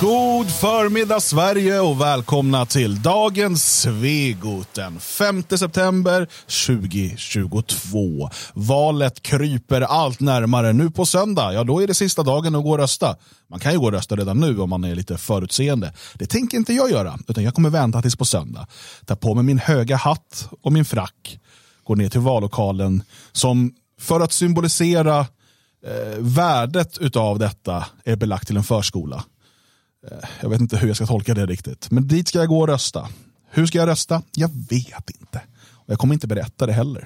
God förmiddag Sverige och välkomna till dagens Svegot den 5 september 2022. Valet kryper allt närmare. Nu på söndag, ja då är det sista dagen att gå och rösta. Man kan ju gå och rösta redan nu om man är lite förutseende. Det tänker inte jag göra, utan jag kommer vänta tills på söndag. Ta på mig min höga hatt och min frack. Går ner till vallokalen som för att symbolisera värdet utav detta är belagt till en förskola. Jag vet inte hur jag ska tolka det riktigt. Men dit ska jag gå och rösta. Hur ska jag rösta? Jag vet inte. Och jag kommer inte berätta det heller.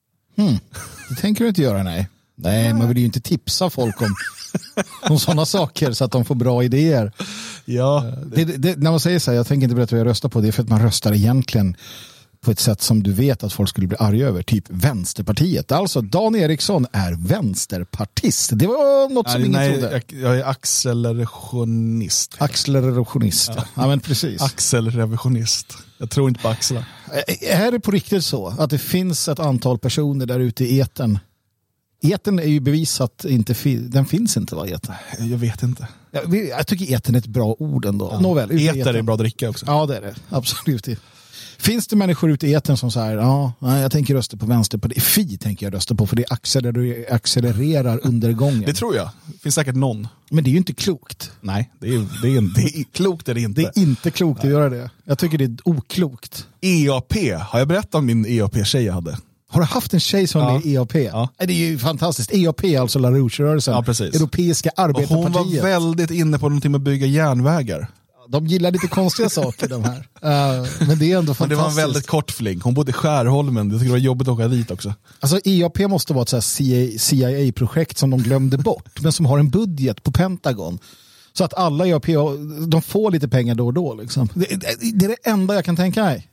Det tänker du inte göra, nej. Nej, man vill ju inte tipsa folk om sådana saker så att de får bra idéer. Ja. När man säger så här, jag tänker inte berätta vad jag röstar på. Det är för att man röstar egentligen på ett sätt som du vet att folk skulle bli arga över. Typ Vänsterpartiet. Alltså, Dan Eriksson är vänsterpartist. Det var något som ingen trodde. Jag är accelerationist. Accelerationist. Ja, men precis. Accelrevisionist. Jag tror inte på axlar. Är det på riktigt så att det finns ett antal personer där ute i etern? Etern är ju bevisat den finns inte, va, etern? Jag vet inte. Jag tycker etern är ett bra ord ändå. Ja. Nåväl, eter är bra dricka också. Ja, det är det. Absolut. Finns det människor ute i etern som säger jag tänker rösta på Vänsterpartiet. Fi tänker jag rösta på för det accelererar undergången. Det tror jag. Det finns säkert någon. Men det är ju inte klokt. Nej, det är klokt är det inte. Det är inte klokt att göra det. Jag tycker det är oklokt. EAP. Har jag berättat om min EAP-tjej jag hade? Har du haft en tjej som är EAP? Ja. Det är ju fantastiskt. EAP, alltså La Rouge-rörelsen. Ja, precis. Europeiska arbetarpartiet. Och hon var väldigt inne på någonting med att bygga järnvägar. De gillar lite konstiga saker de här. Men det är ändå fantastiskt. Men det var en väldigt kort fling. Hon bodde i Skärholmen. Jag tycker det var jobbigt att åka dit också. Alltså EAP måste vara ett så här CIA-projekt som de glömde bort. Men som har en budget på Pentagon. Så att alla EAP, de får lite pengar då och då. Liksom. Det är det enda jag kan tänka mig.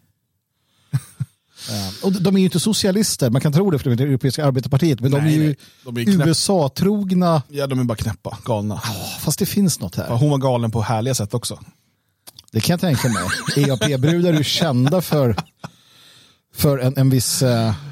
Och de är ju inte socialister. Man kan tro det för det Europeiska arbetarpartiet. Men de är ju USA-trogna. Ja, de är bara knäppa, galna. Fast det finns något här. Hon var galen på härliga sätt också. Det kan jag tänka mig. EAP-brudar är ju kända för en viss...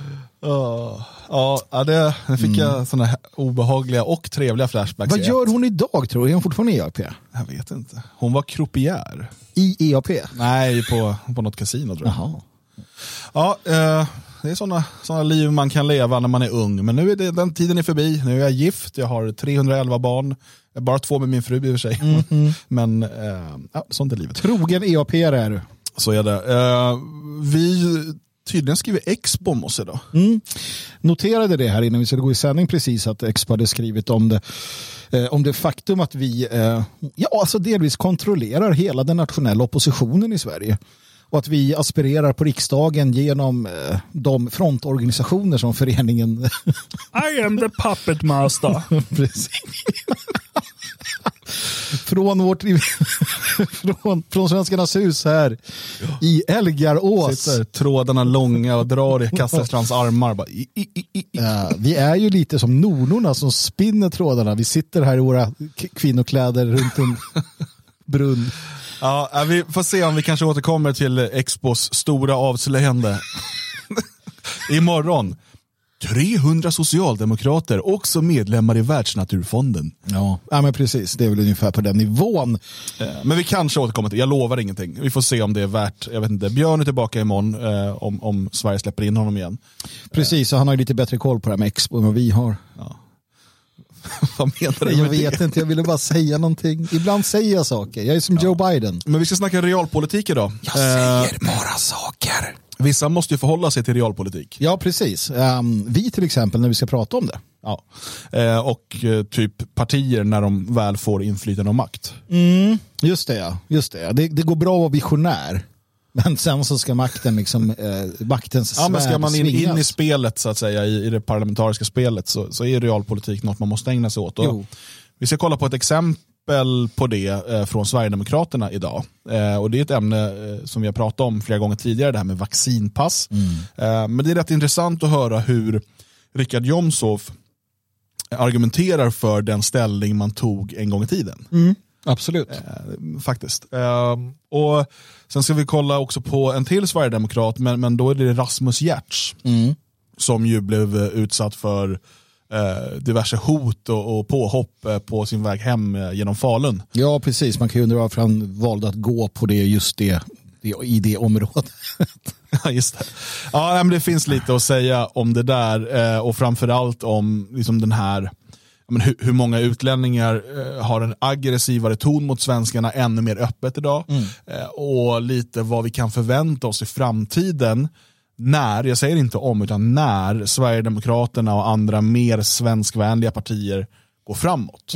Ja, det fick jag såna obehagliga och trevliga flashbacks. Vad gör hon idag, tror du? Är hon fortfarande EAP? Jag vet inte. Hon var croupier. I EAP? Nej, på något kasino, tror jag. Jaha. Ja, det är såna liv man kan leva när man är ung. Men nu är den tiden är förbi. Nu är jag gift. Jag har 311 barn. Bara 2 med min fru i och för sig. Men sånt är livet. Trogen EAP är du. Så är det. Vi tydligen skriver Expo om oss idag. Noterade det här innan vi skulle gå i sändning precis att Expo hade skrivit om det faktum att vi alltså delvis kontrollerar hela den nationella oppositionen i Sverige. Och att vi aspirerar på riksdagen genom de frontorganisationer som föreningen... I am the puppet master. Precis. från Svenskarnas hus här i Älgarås. Sitter trådarna långa och drar i Kasselstrands armar. Bara, vi är ju lite som nornorna som spinner trådarna. Vi sitter här i våra kvinnokläder runt en brunn. Ja, vi får se om vi kanske återkommer till Expos stora avslöjande. Imorgon. 300 socialdemokrater, också medlemmar i Världsnaturfonden. Ja, men precis. Det är väl ungefär på den nivån. Men vi kanske återkommer till. Jag lovar ingenting. Vi får se om det är värt. Jag vet inte. Björn är tillbaka imorgon om Sverige släpper in honom igen. Precis, och han har ju lite bättre koll på det här med Expo än vad vi har. Ja. Vad menar du? Jag vet inte, jag ville bara säga någonting. Ibland säger jag saker. Jag är som Joe Biden. Men vi ska snacka realpolitik idag. Jag säger bara saker. Vissa måste ju förhålla sig till realpolitik. Ja, precis. Vi till exempel när vi ska prata om det. Ja. Och typ partier när de väl får inflytande och makt. Just det, ja. Det går bra att vara visionär. Men sen så ska makten liksom maktens svärd men ska man svingas. in i spelet så att säga, i det parlamentariska spelet så är realpolitik något man måste ägna sig åt. Och vi ska kolla på ett exempel på det från Sverigedemokraterna idag. Och det är ett ämne som vi har pratat om flera gånger tidigare, det här med vaccinpass. Men det är rätt intressant att höra hur Richard Jomshof argumenterar för den ställning man tog en gång i tiden. Absolut. Faktiskt. Och sen ska vi kolla också på en till Sverigedemokrat, men då är det Rasmus Giertz som ju blev utsatt för diverse hot och påhopp på sin väg hem genom Falun. Ja, precis. Man kan ju undra varför han valde att gå på det i det området. Ja, just det. Ja, men det finns lite att säga om det där och framförallt om liksom den här hur många utlänningar har en aggressivare ton mot svenskarna ännu mer öppet idag och lite vad vi kan förvänta oss i framtiden när, jag säger inte om utan när Sverigedemokraterna och andra mer svenskvänliga partier går framåt.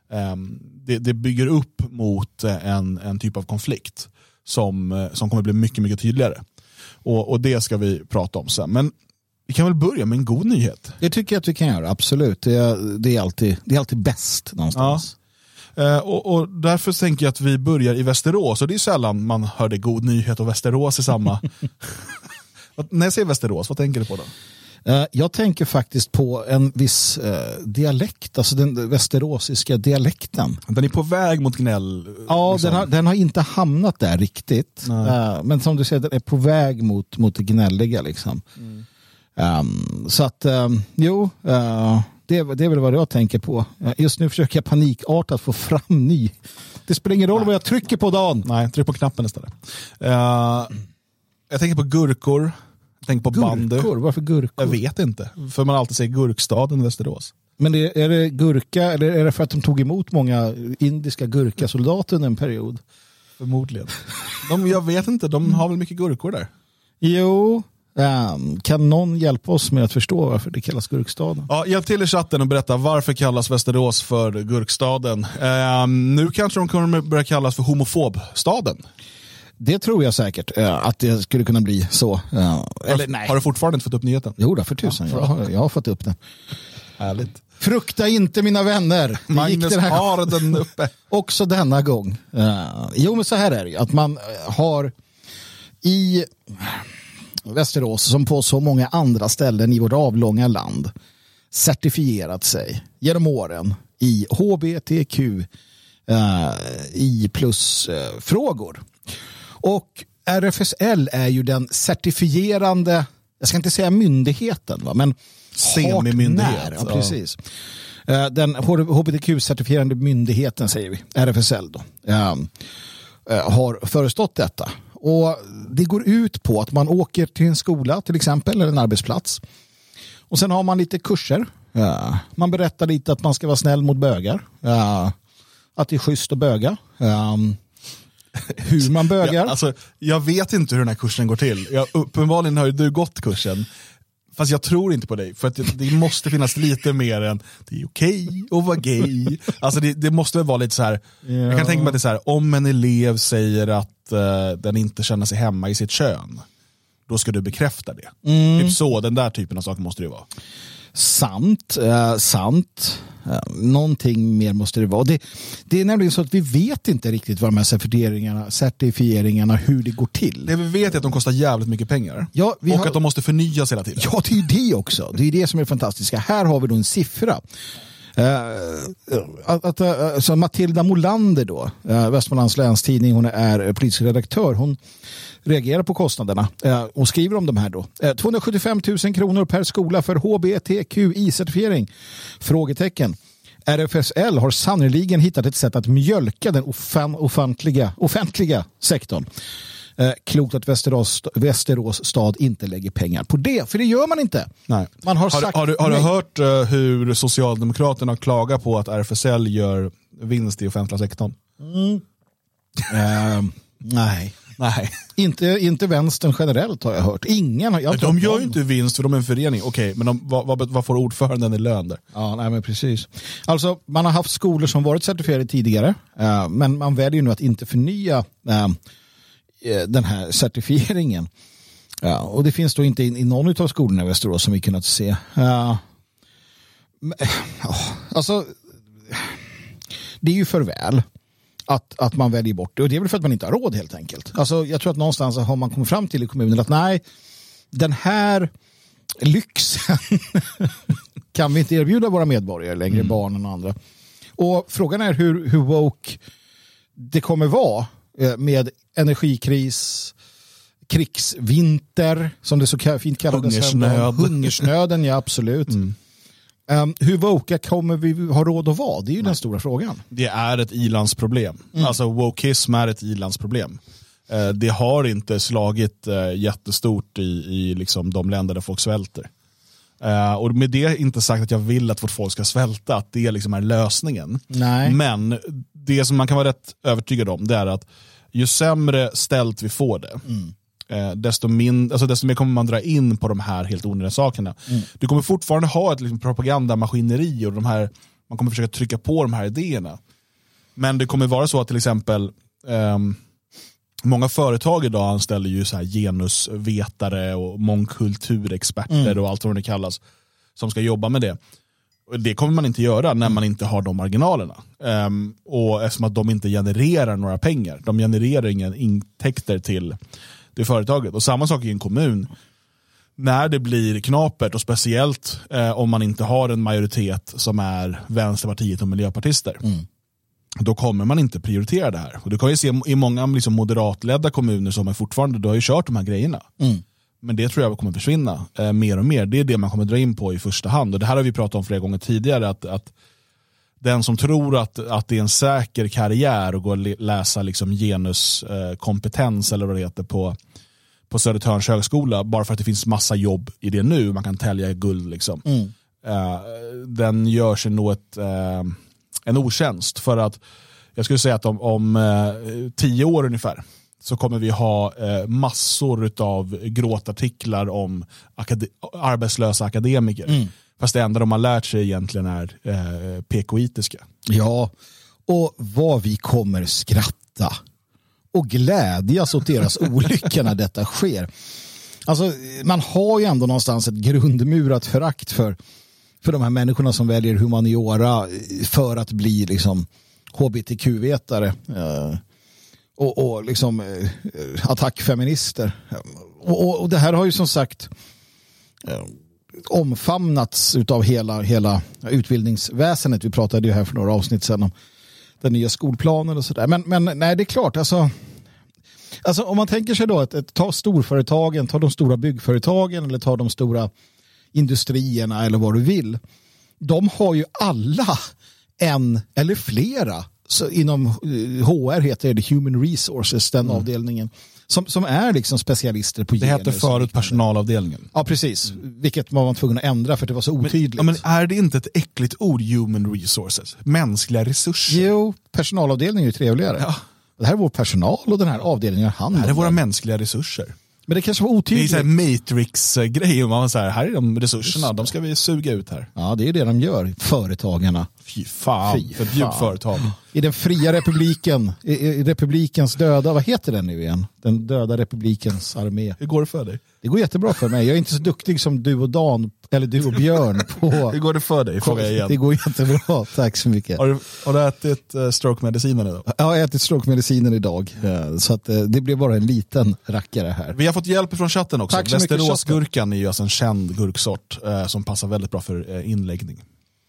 Det bygger upp mot en typ av konflikt som kommer bli mycket, mycket tydligare. Och det ska vi prata om sen. Men vi kan väl börja med en god nyhet. Det tycker jag att vi kan göra, absolut. Det är alltid bäst någonstans. Ja. Och därför tänker jag att vi börjar i Västerås. Och det är sällan man hör det god nyhet och Västerås i samma. När jag säger Västerås, vad tänker du på då? Jag tänker faktiskt på en viss dialekt, alltså den västeråsiska dialekten. Den är på väg mot gnäll. Ja, liksom. den har inte hamnat där riktigt. Men som du säger, den är på väg mot det gnälliga liksom. Så att, det är väl vad jag tänker på. Just nu försöker jag panikartat få fram ny. Det spelar ingen roll vad jag trycker på, Dan. Nej, tryck på knappen istället. Jag tänker på gurkor. Jag tänker på bandy. Varför gurkor? Jag vet inte. För man alltid säger gurkstaden Västerås. Men är det gurka eller är det för att de tog emot många indiska gurkasoldater under en period? Förmodligen. Jag vet inte, de har väl mycket gurkor där. Jo. Kan någon hjälpa oss med att förstå varför det kallas gurkstaden? Ja, hjälp till i chatten och berätta varför kallas Västerås för gurkstaden. Nu kanske de kommer börja kallas för homofobstaden. Det tror jag säkert att det skulle kunna bli så. Eller nej. Har du fortfarande inte fått upp nyheten? Jo då, för tusan. Jag har fått upp den. Härligt. Frukta inte mina vänner. Magnus har den uppe. Också denna gång. Jo, men så här är det ju. Att man har i Västerås som på så många andra ställen i vårt avlånga land certifierat sig genom åren i HBTQ i plus frågor. Och RFSL är ju den certifierande, jag ska inte säga myndigheten, men semimyndighet. Ja, precis. Den HBTQ-certifierande myndigheten, säger vi, RFSL då, har förestått detta. Och det går ut på att man åker till en skola till exempel, eller en arbetsplats. Och sen har man lite kurser. Man berättar lite att man ska vara snäll mot bögar. Att det är schysst att böga. Hur man bögar. Ja, alltså, jag vet inte hur den här kursen går till. Uppenbarligen har ju du gått kursen. Fast jag tror inte på dig. För att det måste finnas lite mer än det är okej att vara gay. Alltså det måste väl vara lite så här. Ja. Jag kan tänka mig att det är så här. Om en elev säger att den inte känner sig hemma i sitt kön, då ska du bekräfta det. Typ så, den där typen av saker måste det vara. Sant. Någonting mer måste det vara. Det är nämligen så att vi vet inte riktigt vad de här certifieringarna, hur det går till. Det vi vet är att de kostar jävligt mycket pengar. Ja, att de måste förnyas hela tiden. Ja, det är ju det också. Det är det som är fantastiska. Här har vi då en siffra. Så Matilda Molander då, Västmanlands Länstidning, hon är politisk redaktör, hon reagerar på kostnaderna och skriver om de här då. 275 000 kronor per skola för HBTQI-certifiering? Frågetecken. RFSL har sannoliken hittat ett sätt att mjölka den offentliga sektorn. Klokt att Västerås stad inte lägger pengar på det, för det gör man inte. Nej. Man har du hört hur Socialdemokraterna klagar på att RFSL gör vinst i offentliga sektorn? Nej. Nej. Inte vänstern generellt har jag hört. De gör ju inte vinst för de är en förening. Okej, men vad får ordföranden i lön där? Ja, nej men precis. Alltså, man har haft skolor som varit certifierade tidigare, men man väljer nu att inte förnya den här certifieringen. Ja, och det finns då inte i någon av skolorna i Västerås som vi kunnat se. Alltså, det är ju för väl att man väljer bort det. Och det är väl för att man inte har råd helt enkelt. Alltså, jag tror att någonstans har man kommit fram till i kommunen att nej, den här lyxen kan vi inte erbjuda våra medborgare längre, barnen och andra. Och frågan är hur woke det kommer vara med energikris, krigsvinter, som det så fint kallades. Hungersnöd. Hungersnöden, ja absolut. Hur woke kommer vi ha råd att vara? Det är ju den stora frågan. Det är ett ilandsproblem. Alltså wokeism är ett ilandsproblem. Det har inte slagit jättestort i liksom de länder där folk svälter. Och med det inte sagt att jag vill att vårt folk ska svälta, att det liksom är lösningen. Nej. Men det som man kan vara rätt övertygad om, det är att ju sämre ställt vi får det, desto mer kommer man dra in på de här helt onödiga sakerna. Du kommer fortfarande ha ett liksom propagandamaskineri och man kommer försöka trycka på de här idéerna. Men det kommer vara så att till exempel många företag idag anställer ju så här genusvetare och mångkulturexperter och allt vad det kallas som ska jobba med det. Och det kommer man inte göra när man inte har de marginalerna. Och eftersom att de inte genererar några pengar. De genererar inga intäkter till det företaget. Och samma sak i en kommun. När det blir knapert och speciellt om man inte har en majoritet som är Vänsterpartiet och miljöpartister. Då kommer man inte prioritera det här. Och du kan ju se i många liksom moderatledda kommuner som är fortfarande, du har ju kört de här grejerna. Men det tror jag kommer försvinna mer och mer. Det är det man kommer dra in på i första hand. Och det här har vi pratat om flera gånger tidigare. Att den som tror att det är en säker karriär och gå och läsa liksom genuskompetens eller vad det heter på Södertörns högskola, bara för att det finns massa jobb i det nu, man kan tälja guld liksom. Den gör sig nog en otjänst, för att jag skulle säga att om 10 år ungefär så kommer vi ha massor av gråtartiklar om arbetslösa akademiker. Fast det enda de har lärt sig egentligen är PK-itiska. Ja, och vad vi kommer skratta och glädjas åt deras olycka när detta sker. Alltså, man har ju ändå någonstans ett grundmurat förakt för de här människorna som väljer humaniora för att bli liksom hbtq-vetare och liksom attackfeminister. Och det här har ju som sagt omfamnats utav hela utbildningsväsendet. Vi pratade ju här för några avsnitt sedan om den nya skolplanen och sådär. Men nej, det är klart, alltså om man tänker sig då att ta storföretagen, ta de stora byggföretagen eller ta de stora industrierna eller vad du vill. De har ju alla en eller flera, så inom HR heter det Human Resources, den avdelningen som är liksom specialister på genus. Det hette förut personalavdelningen. Ja, precis. Vilket man var tvungen att ändra för att det var så otydligt. Men är det inte ett äckligt ord, Human Resources? Mänskliga resurser. Jo, personalavdelningen är ju trevligare. Ja. Det här är vår personal och den här avdelningen har hand om. Det här är våra mänskliga resurser. Men det kanske var otydligt. Det är en Matrix-grej. Man säger, här är de resurserna, de ska vi suga ut här. Ja, det är det de gör, företagarna. Fy fan, förbjud företag. I den fria republiken, i republikens döda, vad heter den nu igen? Den döda republikens armé. Hur går det för dig? Det går jättebra för mig. Jag är inte så duktig som du och Dan, eller du och Björn på... Hur går det för dig? Frågar jag igen. Det går jättebra, tack så mycket. Har du ätit stroke-medicinen idag? Ja, jag har ätit stroke-medicinen idag. Så att det blev bara en liten rackare här. Vi har fått hjälp från chatten också. Tack så mycket. Västeråsgurkan är ju alltså en känd gurksort som passar väldigt bra för inläggning.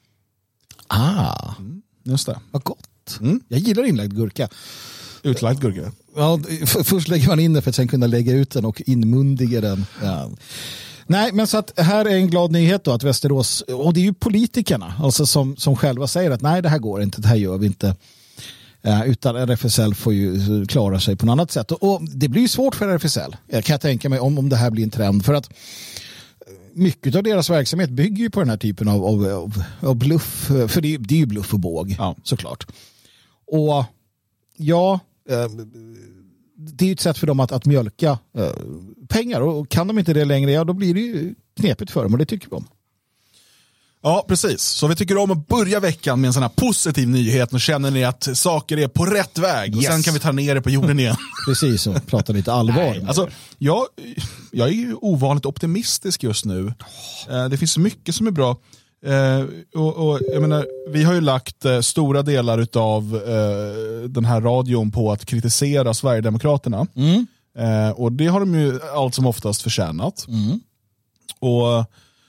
Just det. Vad gott. Jag gillar inlagd gurka. Utlagd gurka? Ja, först lägger man in den för att sen kunna lägga ut den och inmundiga den. Ja. Nej, men så att här är en glad nyhet då att Västerås, och det är ju politikerna alltså som själva säger att nej, det här går inte, det här gör vi inte. Utan RFSL får ju klara sig på något annat sätt. Och det blir ju svårt för RFSL, kan jag tänka mig, om det här blir en trend. För att mycket av deras verksamhet bygger ju på den här typen av bluff. För det är ju bluff och båg, såklart. Och ja, det är ju ett sätt för dem att mjölka pengar. Och kan de inte det längre, ja, då blir det ju knepigt för dem, och det tycker vi om. Ja, precis. Så vi tycker om att börja veckan med en sån här positiv nyhet. Och känner ni att saker är på rätt väg. Och sen kan vi ta ner det på jorden igen. Precis, och prata lite allvar. Nej, alltså, jag är ju ovanligt optimistisk just nu. Det finns mycket som är bra. Och jag menar, vi har ju lagt stora delar av den här radion på att kritisera Sverigedemokraterna. Och det har de ju allt som oftast förtjänat. Och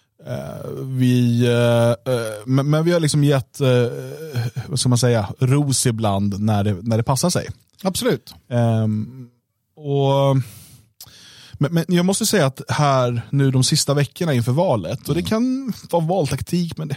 men vi har liksom gett vad ska man säga, ros ibland när det passar sig. Absolut. Men jag måste säga att här nu de sista veckorna inför valet, och det kan vara valtaktik, men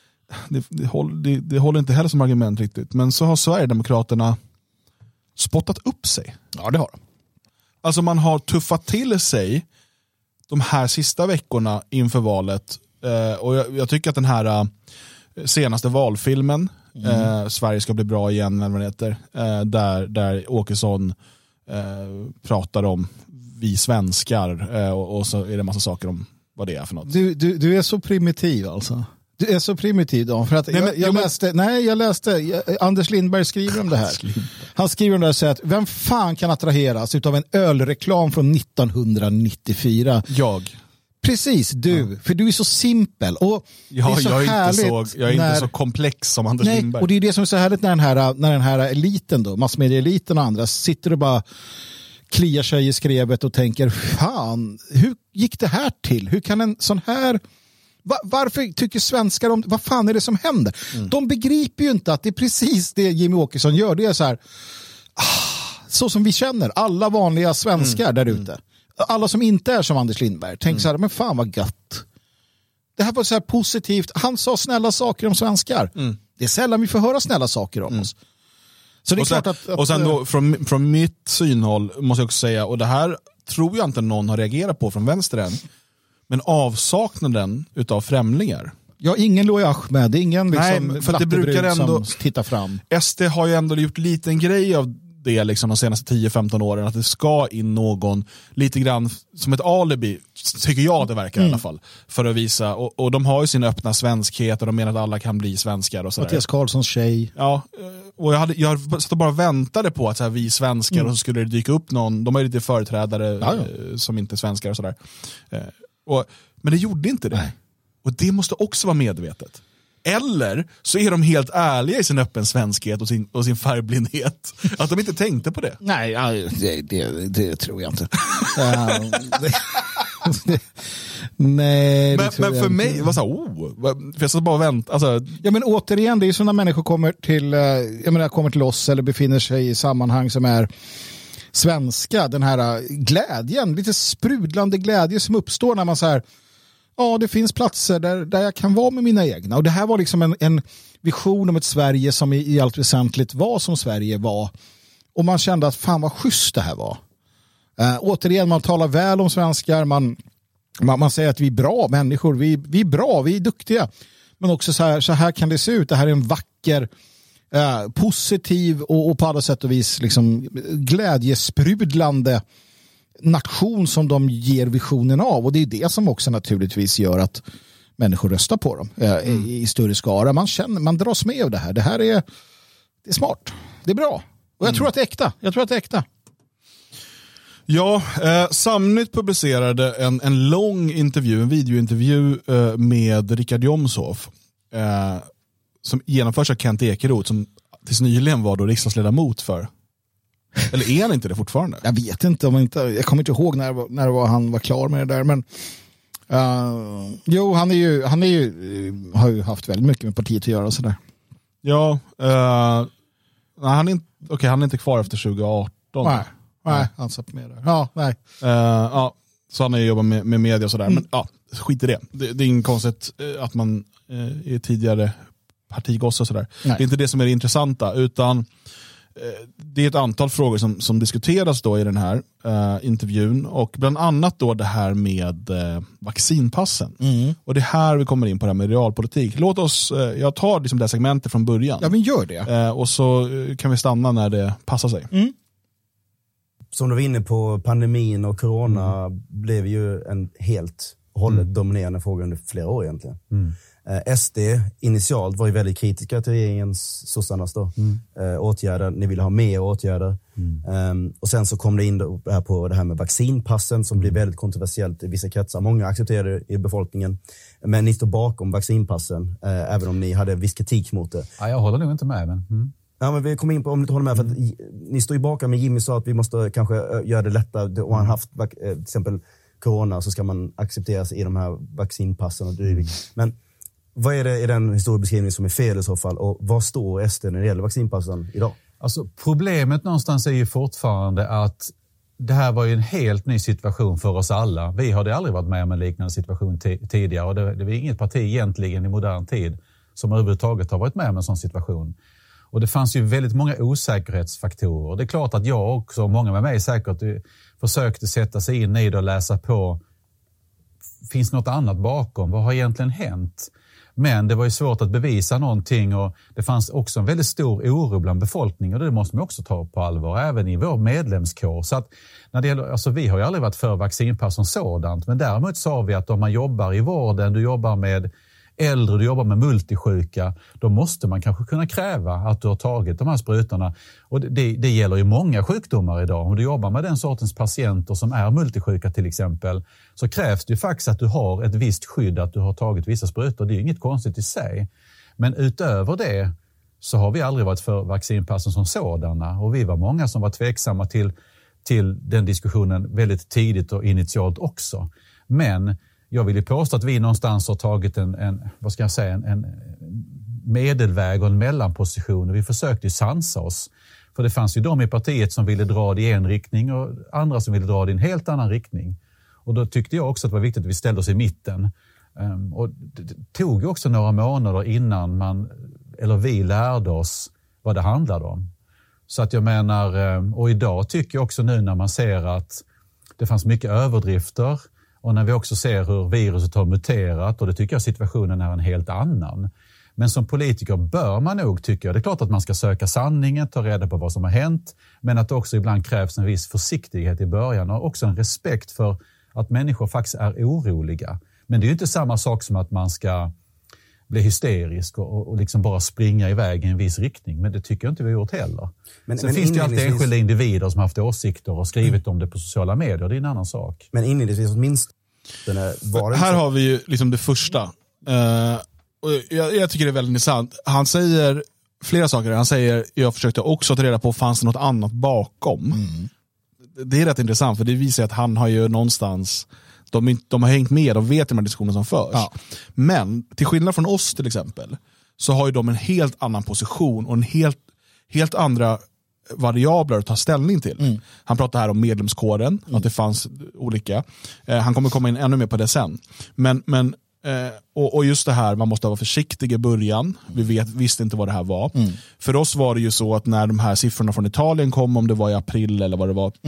det håller inte heller som argument riktigt. Men så har Sverigedemokraterna spottat upp sig. Ja, det har de. Alltså man har tuffat till sig de här sista veckorna inför valet. Och jag tycker att den här senaste valfilmen, Sverige ska bli bra igen, eller vad det heter, där Åkesson pratar om vi svenskar, och så är det massa saker om vad det är för något. Du är så primitiv alltså. Du är så primitiv då, för att jag läste Anders Lindberg skriver om det här. Han skriver om det här så att vem fan kan attraheras utav en ölreklam från 1994? Jag. Precis, du. För du är så simpel. Och det är så jag är inte så komplex som Anders Lindberg. Och det är det som är så härligt när den här eliten då, massmedieeliten och andra sitter och bara kliar sig i skrevet och tänker, fan, hur gick det här till? Hur kan en sån här... Varför tycker svenskar om... Vad fan är det som händer? De begriper ju inte att det är precis det Jimmy Åkesson gör. Det är så här... så som vi känner. Alla vanliga svenskar där ute. Alla som inte är som Anders Lindberg. Tänk så här, men fan vad gött. Det här var så här positivt. Han sa snälla saker om svenskar. Det är sällan vi får höra snälla saker om oss. Så det är klart att... Och sen då, från mitt synhåll måste jag också säga, och det här tror jag inte någon har reagerat på från vänster än, men avsaknaden utav främlingar. Ja, ingen Loe Ahmed, ingen liksom. Nej, för det brukar ändå titta fram. SD har ju ändå gjort liten grej av det liksom de senaste 10-15 åren, att det ska in någon lite grann som ett alibi, tycker jag det verkar i alla fall, för att visa, och de har ju sin öppna svenskhet och de menar att alla kan bli svenskar och sådär. Mattias Karlssons tjej. Ja, och jag satt och bara väntade på att så här, vi svenskar, och så skulle det dyka upp någon, de har ju lite företrädare som inte är svenskar och sådär. Men det gjorde inte det. Nej. Och det måste också vara medvetet. Eller så är de helt ärliga i sin öppen svenskhet och sin färgblindhet. Att de inte tänkte på det. Nej, det tror jag inte. Nej, det men för mig var så för jag satt bara och väntade. Alltså... Ja, men återigen, det är så när människor kommer till oss eller befinner sig i sammanhang som är svenska, den här glädjen, lite sprudlande glädje som uppstår när man så här, ja, det finns platser där jag kan vara med mina egna. Och det här var liksom en vision om ett Sverige som i allt väsentligt var som Sverige var. Och man kände att fan vad schysst det här var. Återigen, man talar väl om svenskar, man säger att vi är bra människor, vi är bra, vi är duktiga. Men också så här kan det se ut. Det här är en vacker, positiv och på alla sätt och vis liksom glädjesprudlande nation som de ger visionen av, och det är det som också naturligtvis gör att människor röstar på dem i större skara. Man dras med av det här. Det här är smart. Det är bra. Och jag tror att det är äkta. Ja, Samnytt publicerade en lång intervju, en videointervju med Richard Jomshof som genomförs av Kent Ekeroth, som tills nyligen var då riksdagsledamot för. Eller är han inte det fortfarande? Jag vet inte, jag kommer inte ihåg när han var klar med det där, men jo, han har ju haft väldigt mycket med partiet att göra och sådär. Ja, han är inte kvar efter 2018. Nej, han satt med där. Ja, nej. Så han har ju jobbat med media och sådär, men skit i det. Det är ingen konstigt att man är tidigare partigoss och sådär. Nej. Det är inte det som är det intressanta, utan det är ett antal frågor som diskuteras då i den här intervjun, och bland annat då det här med vaccinpassen. Och det här vi kommer in på det här med realpolitik. Låt oss, jag tar liksom det här segmentet från början. Ja, men gör det. Och så kan vi stanna när det passar sig. Som du var inne på, pandemin och corona blev ju en helt och hållet dominerande fråga under flera år egentligen. SD initialt var ju väldigt kritiska till regeringens sossarnas åtgärder. Ni ville ha mer åtgärder. Och sen så kom det in då här på det här med vaccinpassen som blev väldigt kontroversiellt i vissa kretsar. Många accepterade det i befolkningen. Men ni står bakom vaccinpassen, även om ni hade viss kritik mot det. Ja, jag håller nog inte med. Men... Ja, men vi kommer in på, om du inte håller med, för att ni står ju bakom, men Jimmy sa att vi måste kanske göra det lättare. Om man haft till exempel corona så ska man accepteras i de här vaccinpassen och dylikt. Men vad är det i den historiebeskrivningen som är fel i så fall? Och vad står SD när det gäller vaccinpassen idag? Alltså, problemet någonstans är ju fortfarande att det här var ju en helt ny situation för oss alla. Vi hade aldrig varit med om en liknande situation tidigare och det var inget parti egentligen i modern tid som överhuvudtaget har varit med om en sån situation. Och det fanns ju väldigt många osäkerhetsfaktorer. Det är klart att jag också, och många med mig säkert, försökte sätta sig in i det och läsa på. Finns något annat bakom? Vad har egentligen hänt? Men det var ju svårt att bevisa någonting och det fanns också en väldigt stor oro bland befolkningen och det måste man också ta på allvar, även i vår medlemskår. Så att när det gäller, alltså vi har ju aldrig varit för vaccinpass som sådant, men däremot sa vi att om man jobbar i vården, du jobbar med äldre, du jobbar med multisjuka, då måste man kanske kunna kräva att du har tagit de här sprutorna. Och det gäller ju många sjukdomar idag. Om du jobbar med den sortens patienter som är multisjuka till exempel, så krävs det ju faktiskt att du har ett visst skydd, att du har tagit vissa sprutor. Det är ju inget konstigt i sig. Men utöver det så har vi aldrig varit för vaccinpassen som sådana. Och vi var många som var tveksamma till den diskussionen väldigt tidigt och initialt också. Men jag vill ju påstå att vi någonstans har tagit en medelväg och en mellanposition och vi försökte ju sansa oss. För det fanns ju de i partiet som ville dra det i en riktning och andra som ville dra det i en helt annan riktning. Och då tyckte jag också att det var viktigt att vi ställde oss i mitten. Och det tog ju också några månader innan vi lärde oss vad det handlade om. Så att jag menar, och idag tycker jag också nu när man ser att det fanns mycket överdrifter och när vi också ser hur viruset har muterat, och det tycker jag situationen är en helt annan. Men som politiker bör man nog, tycker jag, det är klart att man ska söka sanningen, ta reda på vad som har hänt, men att det också ibland krävs en viss försiktighet i början och också en respekt för att människor faktiskt är oroliga. Men det är ju inte samma sak som att man ska bli hysterisk och liksom bara springa iväg i en viss riktning. Men det tycker jag inte vi har gjort heller. Men finns det ju alltid enskilda individer som har haft åsikter och skrivit om det på sociala medier. Det är en annan sak. Men inledningsvis åtminstone var det här har vi ju liksom det första. Och jag tycker det är väldigt intressant. Han säger flera saker. Han säger, jag försökte också ta reda på, fanns det något annat bakom? Det är rätt intressant, för det visar att han har ju någonstans, de har hängt med, de vet de här diskussionerna som förs. Ja. Men till skillnad från oss till exempel, så har ju de en helt annan position och en helt andra variabler att ta ställning till. Han pratar här om medlemskåren, att det fanns olika. Han kommer komma in ännu mer på det sen. Men och just det här, man måste vara försiktig i början. Vi visste inte vad det här var. För oss var det ju så att när de här siffrorna från Italien kom, om det var i april eller vad det var,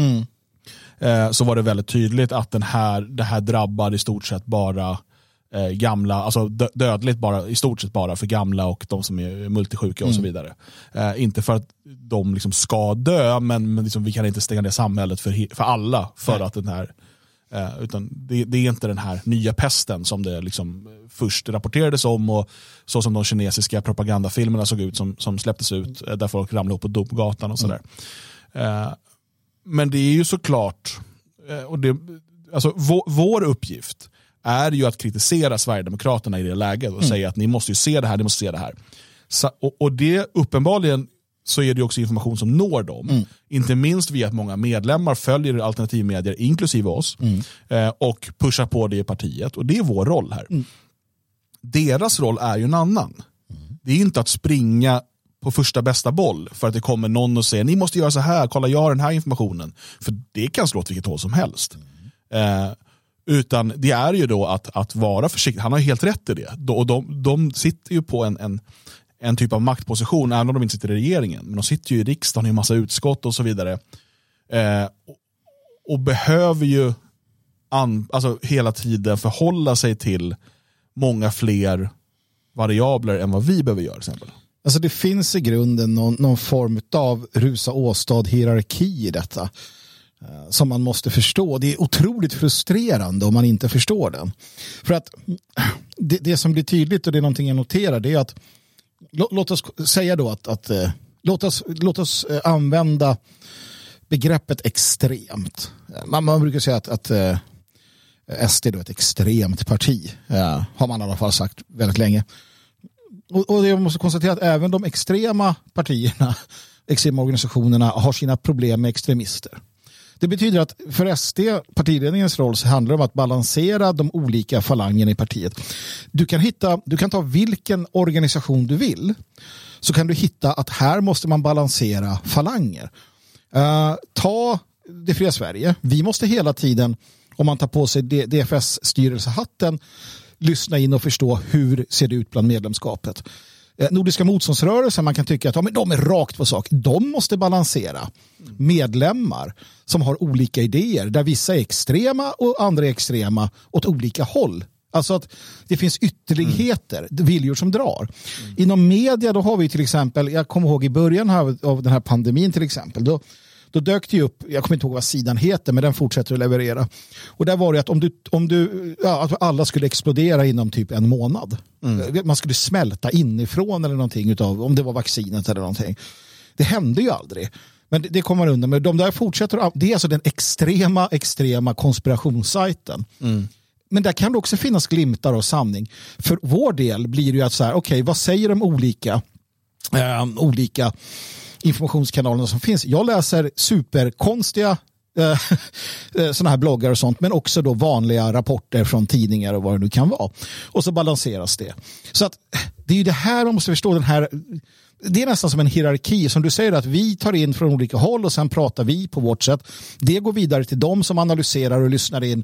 så var det väldigt tydligt att det här drabbar i stort sett bara gamla, alltså dödligt bara, i stort sett bara för gamla och de som är multisjuka och så vidare. Inte för att de liksom ska dö, men liksom, vi kan inte stänga det samhället för alla för att den här utan det är inte den här nya pesten som det liksom först rapporterades om, och så som de kinesiska propagandafilmerna såg ut som släpptes ut där folk ramlade upp på dopgatan och sådär. Men det är ju såklart, och det, alltså vår uppgift är ju att kritisera Sverigedemokraterna i det läget och säga att ni måste ju se det här, ni måste se det här. Och det uppenbarligen så är det också information som når dem. Inte minst via att många medlemmar följer alternativmedier, inklusive oss, och pushar på det i partiet. Och det är vår roll här. Deras roll är ju en annan. Det är inte att springa på första bästa boll för att det kommer någon och säger ni måste göra så här, kolla jag har den här informationen. För det kan slå åt vilket håll som helst. Utan det är ju då att vara försiktig. Han har helt rätt i det. Och de sitter ju på en typ av maktposition, även om de inte sitter i regeringen. Men de sitter ju i riksdagen i en massa utskott och så vidare. Och behöver ju alltså hela tiden förhålla sig till många fler variabler än vad vi behöver göra till exempel. Alltså det finns i grunden någon form av Rusa-Åstad-hierarki i detta som man måste förstå. Det är otroligt frustrerande om man inte förstår den. För att det som blir tydligt, och det är någonting jag noterar, det är att låt oss säga då att låt oss använda begreppet extremt. Man brukar säga att SD är ett extremt parti. Har man i alla fall sagt väldigt länge. Och jag måste konstatera att även de extrema partierna, extrema organisationerna har sina problem med extremister. Det betyder att för SD, partiledningens roll, så handlar det om att balansera de olika falangerna i partiet. Du kan ta vilken organisation du vill, så kan du hitta att här måste man balansera falanger. Ta Det fria Sverige. Vi måste hela tiden, om man tar på sig DFS-styrelsehatten, lyssna in och förstå hur ser det ut bland medlemskapet. Nordiska motståndsrörelsen, man kan tycka att men de är rakt på sak. De måste balansera medlemmar som har olika idéer, där vissa är extrema och andra är extrema åt olika håll. Alltså att det finns ytterligheter, viljor som drar. Inom media då har vi till exempel, jag kommer ihåg i början av den här pandemin till exempel, då dök det upp, jag kommer inte ihåg vad sidan heter, men den fortsätter att leverera. Och där var det att att alla skulle explodera inom typ en månad. Man skulle smälta inifrån eller någonting utav, om det var vaccinet eller någonting. Det hände ju aldrig. Men det kommer undan. Men de där fortsätter, det är alltså den extrema konspirationssajten. Men där kan det också finnas glimtar av sanning. För vår del blir det ju att så här, okej, vad säger de olika informationskanalerna som finns? Jag läser superkonstiga sådana här bloggar och sånt, men också då vanliga rapporter från tidningar och vad det nu kan vara. Och så balanseras det. Så att det är ju det här man måste förstå, den här, det är nästan som en hierarki, som du säger, att vi tar in från olika håll och sen pratar vi på vårt sätt. Det går vidare till dem som analyserar och lyssnar in.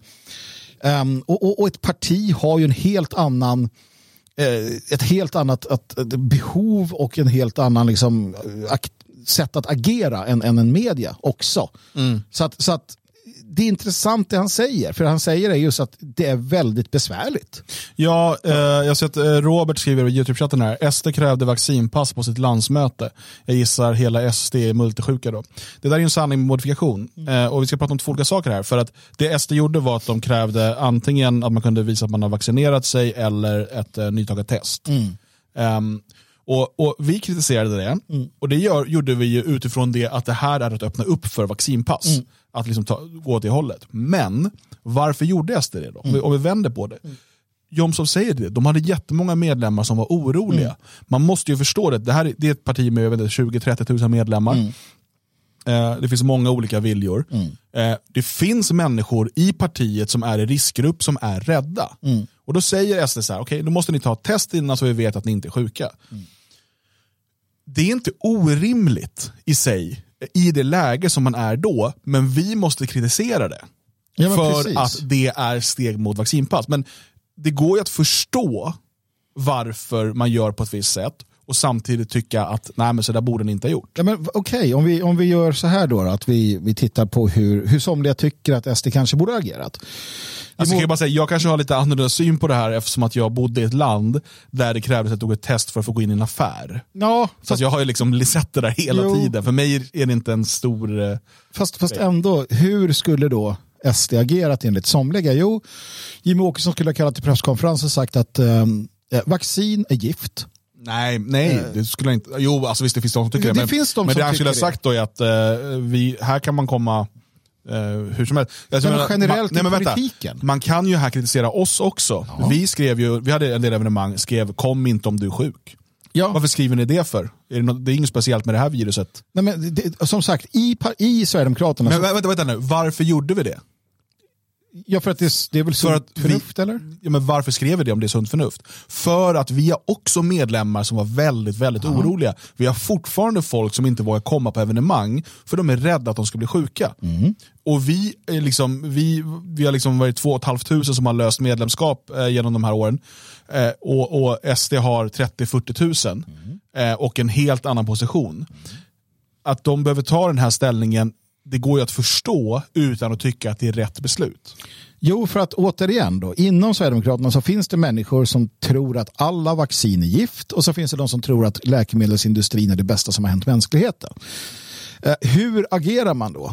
Och ett parti har ju en helt annan ett helt annat behov och en helt annan liksom, sätt att agera än en media också. Så att det är intressant det han säger, för han säger är just att det är väldigt besvärligt. Ja, jag har sett Robert skriver i YouTube-chatten här, SD krävde vaccinpass på sitt landsmöte. Jag gissar hela SD är multisjuka då. Det där är ju en sanning med modifikation. Och vi ska prata om två olika saker här, för att det SD gjorde var att de krävde antingen att man kunde visa att man har vaccinerat sig eller ett nytaget test. Och vi kritiserade det, och det gjorde vi ju utifrån det att det här är att öppna upp för vaccinpass. Att liksom gå åt det hållet. Men varför gjorde SD det då? Om vi vänder på det. Jomshof säger det. De hade jättemånga medlemmar som var oroliga. Man måste ju förstå det. Det är ett parti med över 20-30 000 medlemmar. Det finns många olika viljor. Det finns människor i partiet som är i riskgrupp som är rädda. Och då säger SD så här, okej, då måste ni ta ett test innan så vi vet att ni inte är sjuka. Det är inte orimligt i sig i det läge som man är då, men vi måste kritisera det. Ja, för precis. att det är steg mot vaccinpass. Men det går ju att förstå varför man gör på ett visst sätt och samtidigt tycka att nej, men så där borde ni inte ha gjort. Ja, men okej, om vi gör så här då, att vi tittar på hur somliga tycker att SD kanske borde ha agerat. Alltså, kan jag bara säga, jag kanske har lite annorlunda syn på det här eftersom att jag bodde i ett land där det krävdes att jag tog ett test för att få gå in i en affär. Ja, så att jag har ju liksom sett det där hela tiden. För mig är det inte en stor... Fast ändå, hur skulle då SD agerat enligt somliga? Jo, Jimmie Åkesson skulle ha kallat till presskonferens och sagt att vaccin är gift. Nej, det skulle jag inte. Jo, alltså visst det finns de som tycker det. Finns de men som det han skulle ha det. sagt då är att här kan man komma hur som helst. Generellt i politiken. Man kan ju här kritisera oss också. Ja. Vi hade en del evenemang, skrev kom inte om du är sjuk. Ja. Varför skriver ni det för? Det är inget speciellt med det här viruset. Nej, men som sagt, i Sverigedemokraterna... Men vänta nu, varför gjorde vi det? Ja, för att det är väl sunt förnuft, eller? Ja, men varför skrev vi det om det är sunt förnuft? För att vi har också medlemmar som var väldigt, väldigt oroliga. Vi har fortfarande folk som inte vågar komma på evenemang för de är rädda att de ska bli sjuka. Och vi har liksom varit 2 500 som har löst medlemskap genom de här åren. Och SD har 30-40 000 och en helt annan position. Att de behöver ta den här ställningen, det går ju att förstå utan att tycka att det är rätt beslut. Jo, för att återigen då, inom Sverigedemokraterna så finns det människor som tror att alla vaccin är gift, och så finns det de som tror att läkemedelsindustrin är det bästa som har hänt mänskligheten. Hur agerar man då?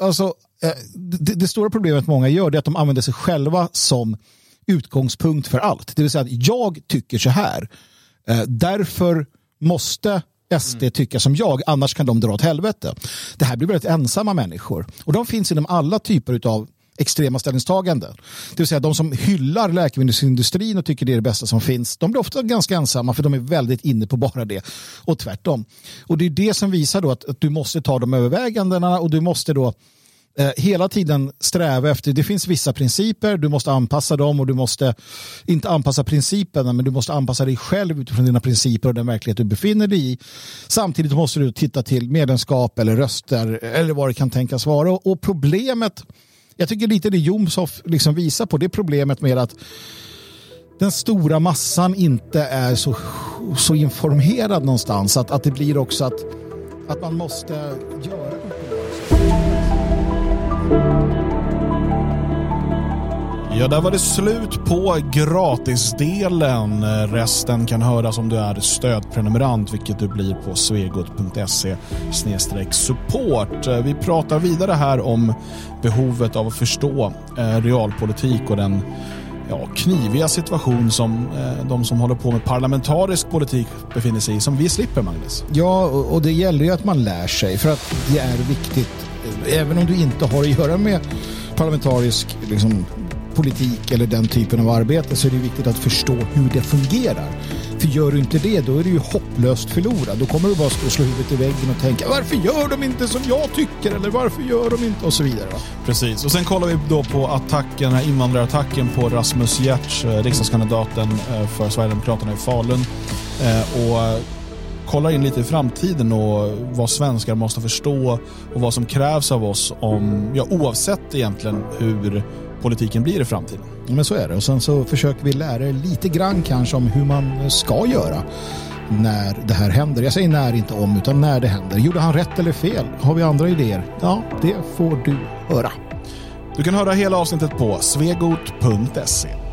Det stora problemet många gör är att de använder sig själva som utgångspunkt för allt. Det vill säga att jag tycker så här. Därför måste SD tycka som jag, annars kan de dra åt helvete. Det här blir väldigt ensamma människor. Och de finns inom alla typer av extrema ställningstaganden. Det vill säga de som hyllar läkemedelsindustrin och tycker det är det bästa som finns, de blir ofta ganska ensamma för de är väldigt inne på bara det. Och tvärtom. Och det är det som visar då att du måste ta de övervägandena, och du måste då hela tiden sträva efter, det finns vissa principer, du måste anpassa dem och du måste inte anpassa principerna, men du måste anpassa dig själv utifrån dina principer och den verklighet du befinner dig i. Samtidigt måste du titta till medlemskap eller röster eller vad det kan tänkas vara. Och problemet, jag tycker lite det Jomshof liksom visar på, det problemet med att den stora massan inte är så informerad någonstans att det blir också att man måste göra det. Ja, där var det slut på gratisdelen. Resten kan höras om du är stödprenumerant, vilket du blir på svegot.se/support. Vi pratar vidare här om behovet av att förstå realpolitik och den kniviga situation som de som håller på med parlamentarisk politik befinner sig i, som vi slipper, Magnus. Ja, och det gäller ju att man lär sig, för att det är viktigt. Även om du inte har att göra med parlamentarisk politik eller den typen av arbete, så är det viktigt att förstå hur det fungerar. För gör du inte det, då är du ju hopplöst förlorad. Då kommer du bara slå huvudet i väggen och tänka, varför gör de inte som jag tycker? Eller varför gör de inte? Och så vidare. Precis, och sen kollar vi då på invandrarattacken på Rasmus Giertz, riksdagskandidaten för Sverigedemokraterna i Falun. Och kollar in lite i framtiden och vad svenskar måste förstå och vad som krävs av oss oavsett egentligen hur politiken blir i framtiden. Men så är det. Och sen så försöker vi lära er lite grann kanske om hur man ska göra när det här händer. Jag säger när, inte om, utan när det händer. Gjorde han rätt eller fel? Har vi andra idéer? Ja, det får du höra. Du kan höra hela avsnittet på svegot.se.